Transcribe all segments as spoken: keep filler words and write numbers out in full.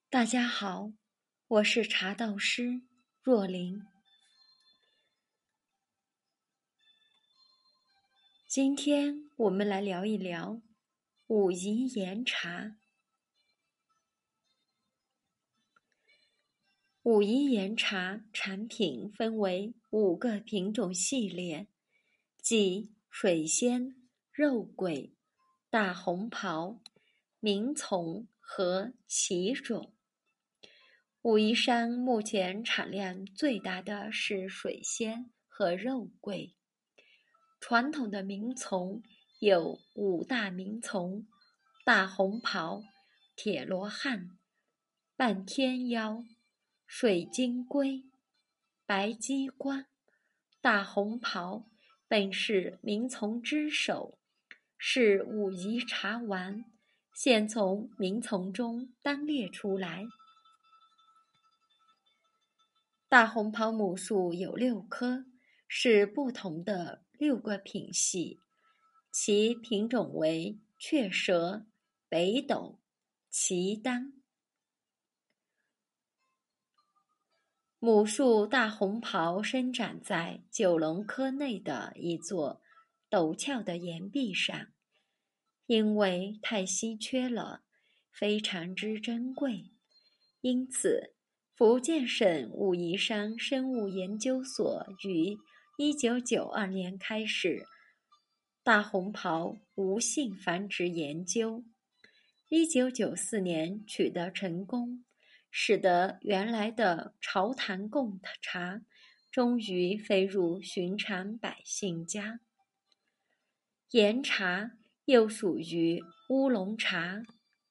大家好，我是茶道师若琳。今天我们来聊一聊武夷岩茶。武夷岩茶产品分为五个品种系列，即水仙、肉桂、大红袍、明从和奇种。武夷山目前产量最大的是水仙和肉桂。传统的名丛有五大名丛、大红袍、铁罗汉、半天妖、水晶龟、白鸡冠。大红袍本是名丛之首，是武夷茶丸，现从名丛中单列出来。大红袍母树有六棵，是不同的六个品系，其品种为雀舌、北斗、奇丹。母树大红袍生长在九龙科内的一座陡峭的岩壁上，因为太稀缺了，非常之珍贵，因此福建省武夷山生物研究所于一九九二年开始大红袍无性繁殖研究，一九九四年取得成功，使得原来的潮潭贡茶终于飞入寻常百姓家。岩茶又属于乌龙茶。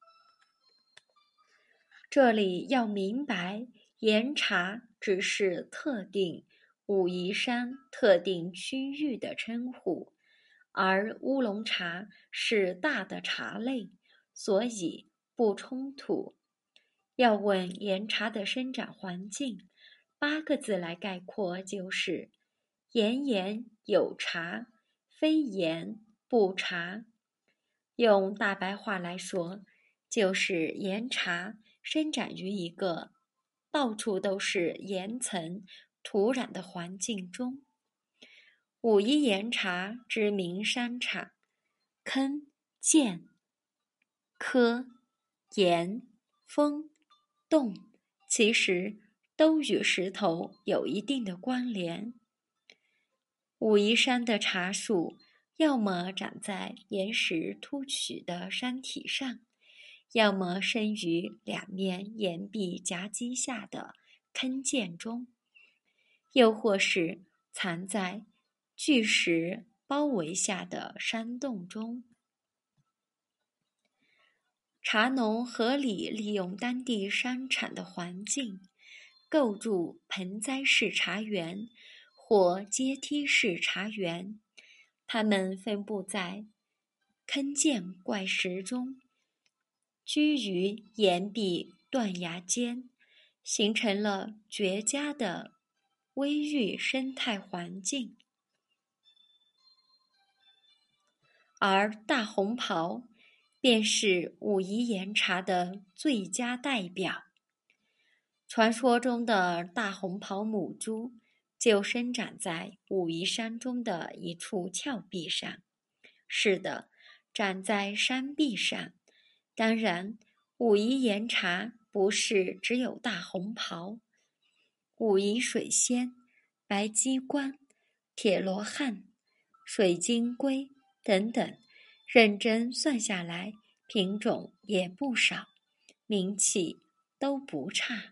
这里要明白，岩茶只是特定武夷山特定区域的称呼，而乌龙茶是大的茶类，所以不冲突。要问岩茶的生长环境，八个字来概括就是岩岩有茶，非岩不茶。用大白话来说，就是岩茶生长于一个到处都是岩层、土壤的环境中。武夷岩茶之名山产，坑、涧、柯、岩、峰、洞，其实都与石头有一定的关联。武夷山的茶树要么长在岩石凸起的山体上，要么生于两面岩壁夹击下的坑涧中，又或是藏在巨石包围下的山洞中。茶农合理利用当地山产的环境，构筑盆栽式茶园或阶梯式茶园，它们分布在坑涧怪石中，居于岩壁断崖间，形成了绝佳的微育生态环境。而大红袍便是武夷岩茶的最佳代表。传说中的大红袍母株就生长在武夷山中的一处峭壁上。是的，长在山壁上。当然，武夷岩茶不是只有大红袍，武夷水仙、白鸡冠、铁罗汉、水晶龟等等，认真算下来，品种也不少，名气都不差。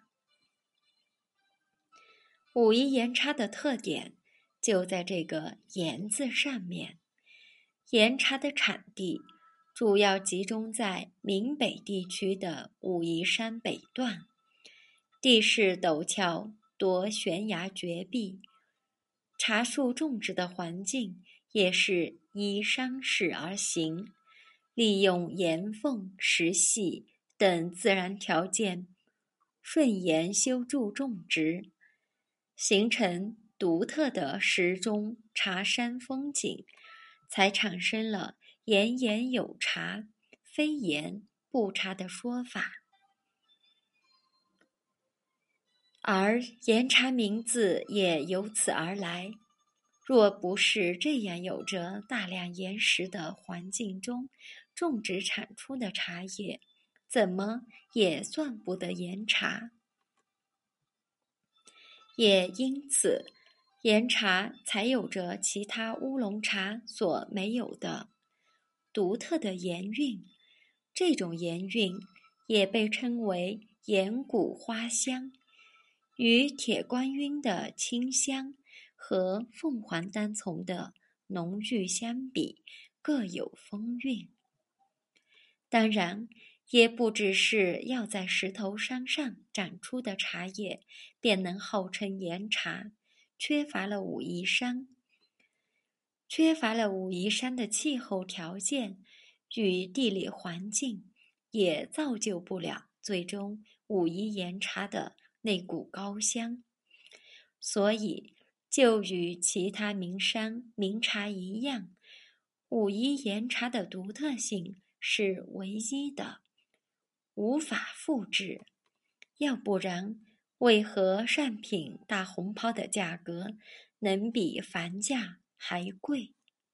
武夷岩茶的特点就在这个岩字上面。岩茶的产地主要集中在闽北地区的武夷山北段，地势陡峭，多悬崖绝壁，茶树种植的环境也是依山势而行，利用岩缝、石隙等自然条件，顺岩修筑种植，形成独特的石钟茶山风景，才产生了岩岩有茶，非岩不茶的说法。 而岩茶名字也由此而来。若不是这样有着大量岩石的环境中种植产出的茶叶，怎么也算不得岩茶。也因此，岩茶才有着其他乌龙茶所没有的独特的岩韵。这种岩韵也被称为岩谷花香，与铁观音的清香和凤凰单丛的浓郁相比，各有风韵。当然，也不只是要在石头山上长出的茶叶便能号称岩茶，缺乏了武夷山，缺乏了武夷山的气候条件与地理环境，也造就不了最终武夷岩茶的那股高香。所以，就与其他名山名茶一样，武夷岩茶的独特性是唯一的，无法复制。要不然，为何上品大红袍的价格能比房价还贵？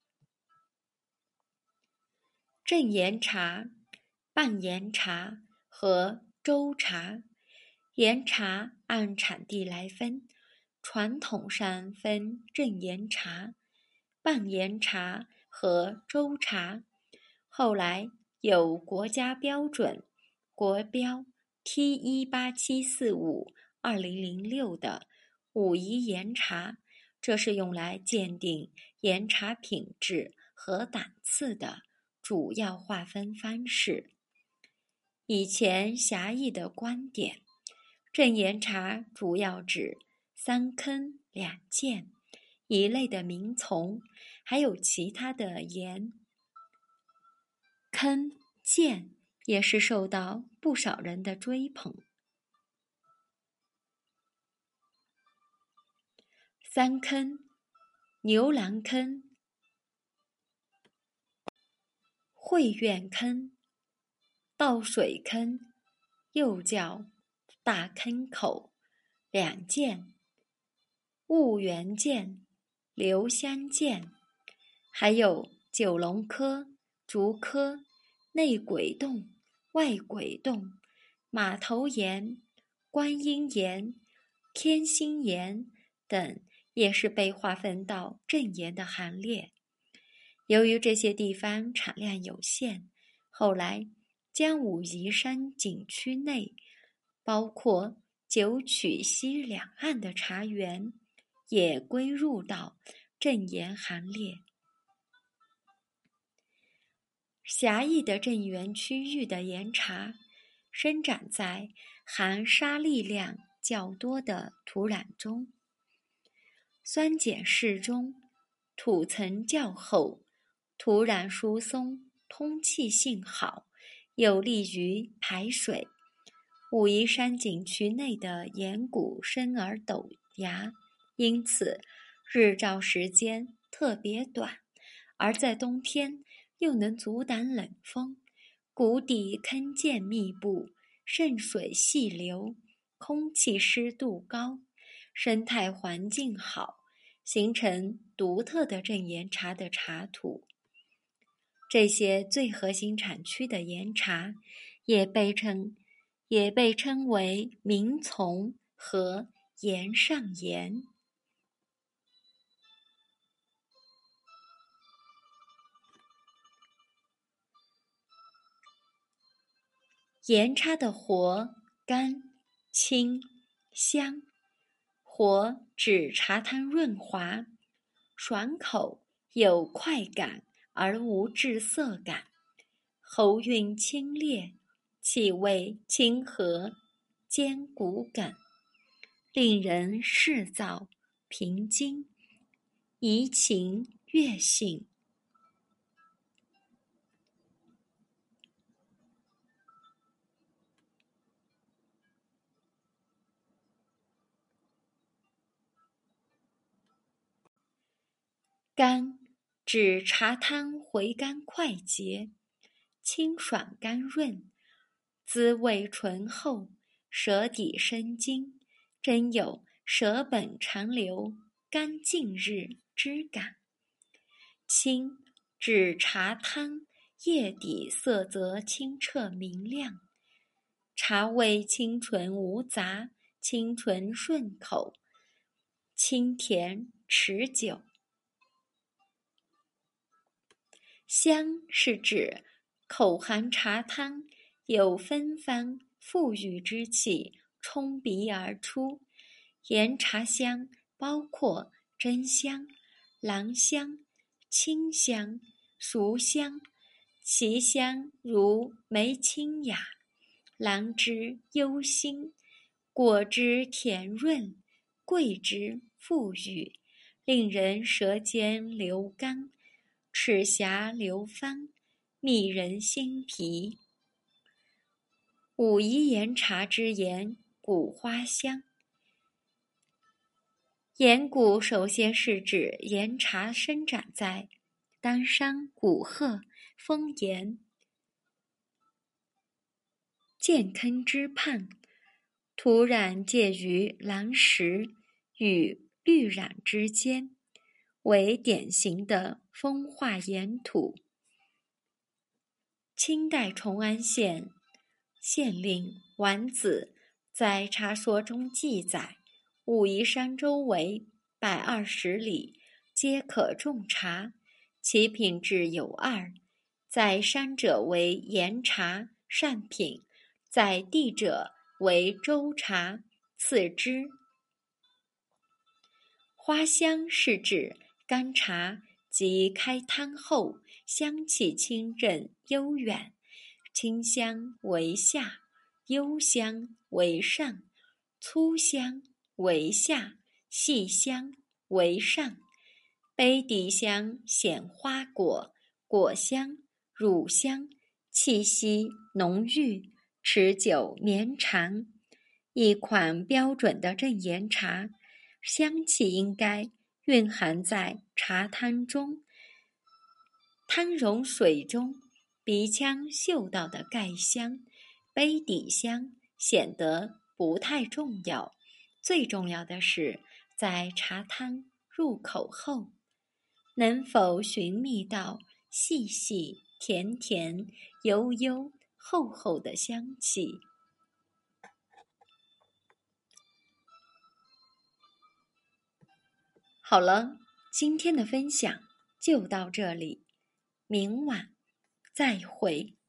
正岩茶、半岩茶和周茶。岩茶按产地来分，传统上分正岩茶、半岩茶和周茶，后来有国家标准国标 T 一八七四五二零零六的武夷岩茶，这是用来鉴定岩茶品质和档次的主要划分方式。以前狭义的观点，正岩茶主要指三坑两涧一类的名丛，还有其他的岩。坑、涧也是受到不少人的追捧。三坑：牛栏坑、汇苑坑、倒水坑，又叫大坑口；两涧：婺源涧、留香涧，还有九龙科、竹科、内鬼洞、外鬼洞、马头岩、观音岩、天心岩等，也是被划分到正岩的行列。由于这些地方产量有限，后来将武夷山景区内包括九曲溪两岸的茶园也归入到正岩行列。狭义的正岩区域的岩茶生长在含沙粒量较多的土壤中，酸碱适中，土层较厚，土壤疏松，通气性好，有利于排水。武夷山景区内的岩谷深而陡崖，因此日照时间特别短，而在冬天又能阻挡冷风，谷底坑涧密布，渗水细流，空气湿度高，生态环境好，形成独特的正岩茶的茶土。这些最核心产区的岩茶也被称也被称为名丛和岩上岩。岩茶的活、甘、清、香。活指茶汤润滑，爽口，有快感而无滞涩感，喉韵清冽，气味清和，坚骨梗，令人适燥平津，怡情悦性。甘指茶汤回甘快捷，清爽甘润，滋味醇厚，舌底生津， 真有舍本长流，甘尽日之感。清指茶汤叶底色泽清澈明亮，茶味清纯无杂，清纯顺口，清甜持久。香是指口含茶汤，有芬芳馥郁之气冲鼻而出。岩茶香包括真香、兰香、清香、熟香，其香如梅清雅，兰汁幽馨，果汁甜润，桂汁馥郁，令人舌尖流甘，齿颊流芳，迷人心脾。武夷岩茶之岩谷花香。岩谷首先是指岩茶生长在丹山古壑、峰岩、涧坑之畔，土壤介于蓝石与绿壤之间，为典型的风化岩土。清代崇安县县令王子在茶说中记载，武夷山周围百二十里皆可种茶，其品质有二，在山者为岩茶上品，在地者为周茶次之。花香是指干茶及开汤后香气清润悠远，清香为下，幽香为上，粗香为下，细香为上。杯底香显花果，果香、乳香，气息浓郁，持久绵长。一款标准的正岩茶，香气应该蕴含在茶汤中，汤溶水中，鼻腔嗅到的盖香，杯底香显得不太重要，最重要的是在茶汤入口后，能否寻觅到细细甜甜、悠悠厚厚的香气。好了，今天的分享就到这里，明晚再会。